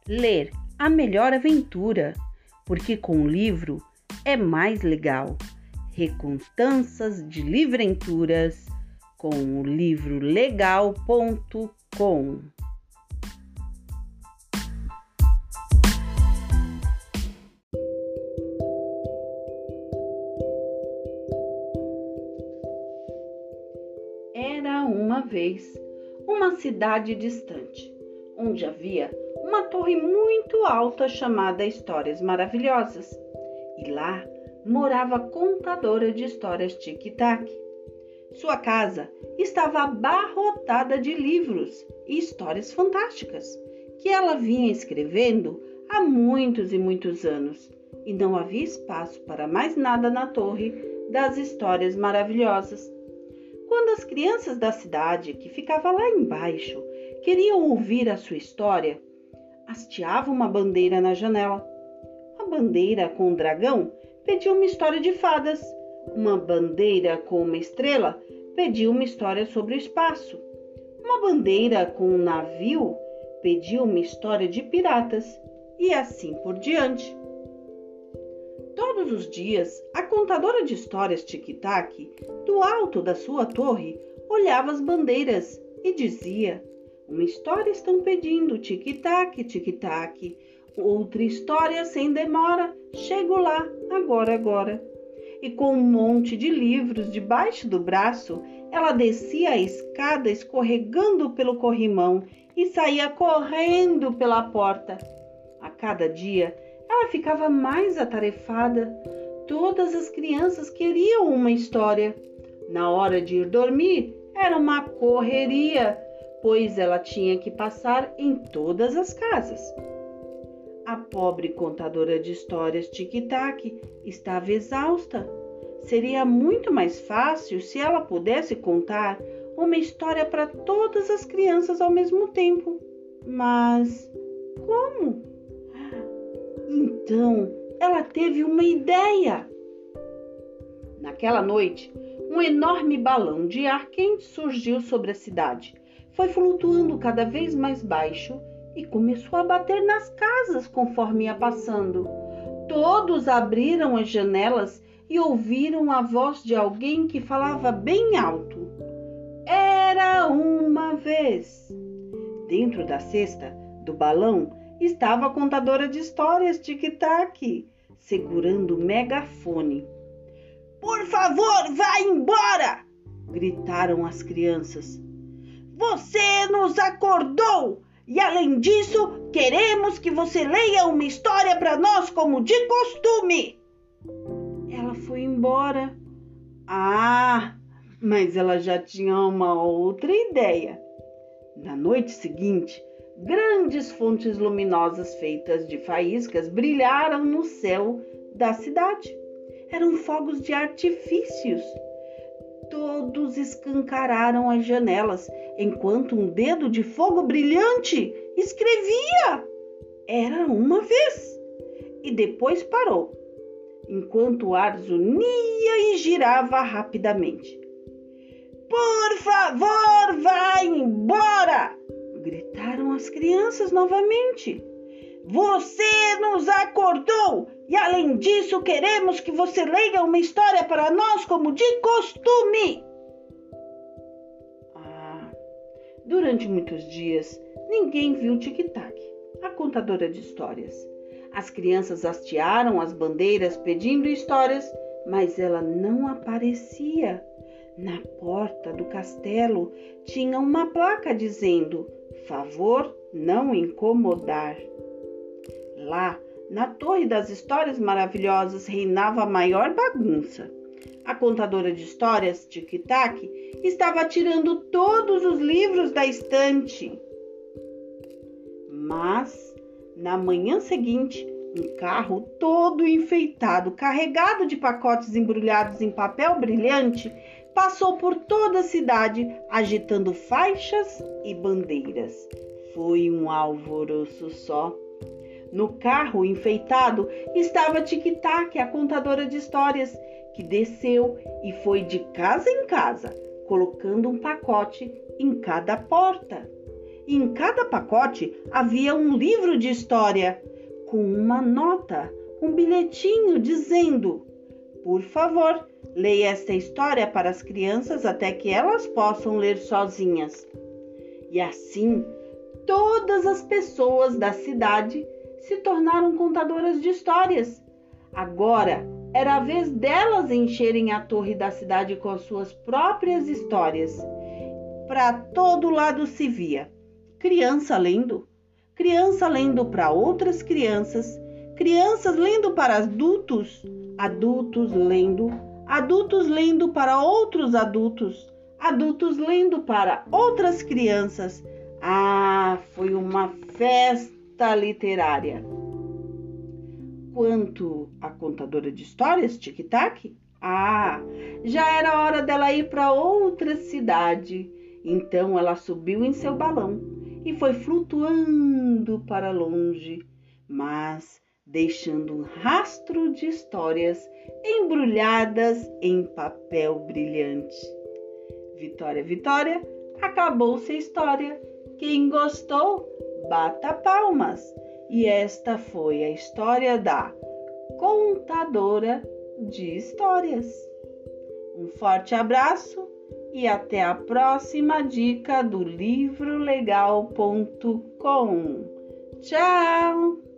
Ler a melhor aventura, porque com o livro é mais legal. Reconstanças de livrenturas com o livrolegal.com. Era uma vez uma cidade distante, onde havia uma torre muito alta chamada Histórias Maravilhosas. E lá morava a contadora de histórias Tic-Tac. Sua casa estava abarrotada de livros e histórias fantásticas que ela vinha escrevendo há muitos e muitos anos, e não havia espaço para mais nada na torre das Histórias Maravilhosas. Quando as crianças da cidade, que ficava lá embaixo, queriam ouvir a sua história, hasteava uma bandeira na janela. Uma bandeira com um dragão pedia uma história de fadas. Uma bandeira com uma estrela pedia uma história sobre o espaço. Uma bandeira com um navio pedia uma história de piratas. E assim por diante. Todos os dias, a contadora de histórias Tic-Tac, do alto da sua torre, olhava as bandeiras e dizia: uma história estão pedindo, tic-tac, tic-tac. Outra história sem demora, chego lá, agora. E com um monte de livros debaixo do braço, ela descia a escada escorregando pelo corrimão e saía correndo pela porta. A cada dia, ela ficava mais atarefada. Todas as crianças queriam uma história. Na hora de ir dormir, era uma correria, pois ela tinha que passar em todas as casas. A pobre contadora de histórias Tic-Tac estava exausta. Seria muito mais fácil se ela pudesse contar uma história para todas as crianças ao mesmo tempo. Mas como? Então, ela teve uma ideia. Naquela noite, um enorme balão de ar quente surgiu sobre a cidade. Foi flutuando cada vez mais baixo e começou a bater nas casas conforme ia passando. Todos abriram as janelas e ouviram a voz de alguém que falava bem alto. Era uma vez. Dentro da cesta do balão estava a contadora de histórias Tic-Tac, segurando o megafone. Por favor, vá embora! Gritaram as crianças. Você nos acordou! E além disso, queremos que você leia uma história para nós como de costume. Ela foi embora. Mas ela já tinha uma outra ideia. Na noite seguinte, grandes fontes luminosas feitas de faíscas brilharam no céu da cidade. Eram fogos de artifícios. Todos escancararam as janelas, enquanto um dedo de fogo brilhante escrevia: era uma vez. E depois parou, enquanto o ar zunia e girava rapidamente. Por favor, vá embora! Gritaram as crianças novamente. Você nos acordou! E além disso, queremos que você leia uma história para nós como de costume. Durante muitos dias, ninguém viu Tic-Tac, a contadora de histórias. As crianças hastearam as bandeiras pedindo histórias, mas ela não aparecia. Na porta do castelo tinha uma placa dizendo: favor não incomodar. Lá, na Torre das Histórias Maravilhosas, reinava a maior bagunça. A contadora de histórias, Tic-Tac, estava tirando todos os livros da estante. Mas, na manhã seguinte, um carro todo enfeitado, carregado de pacotes embrulhados em papel brilhante, passou por toda a cidade, agitando faixas e bandeiras. Foi um alvoroço só. No carro enfeitado estava Tic-Tac, a contadora de histórias, que desceu e foi de casa em casa, colocando um pacote em cada porta. e em cada pacote havia um livro de história com uma nota, um bilhetinho dizendo: por favor, leia esta história para as crianças até que elas possam ler sozinhas. E assim, todas as pessoas da cidade se tornaram contadoras de histórias. Agora era a vez delas encherem a torre da cidade com as suas próprias histórias. Para todo lado se via criança lendo para outras crianças, crianças lendo para adultos, adultos lendo para outros adultos, adultos lendo para outras crianças. Ah, foi uma festa literária. Quanto à contadora de histórias, tic-tac, já era hora dela ir para outra cidade. Então ela subiu em seu balão e foi flutuando para longe, mas deixando um rastro de histórias embrulhadas em papel brilhante. Vitória, Vitória, acabou-se a história. Quem gostou, bata palmas. E esta foi a história da contadora de histórias. Um forte abraço e até a próxima dica do livrolegal.com. Tchau!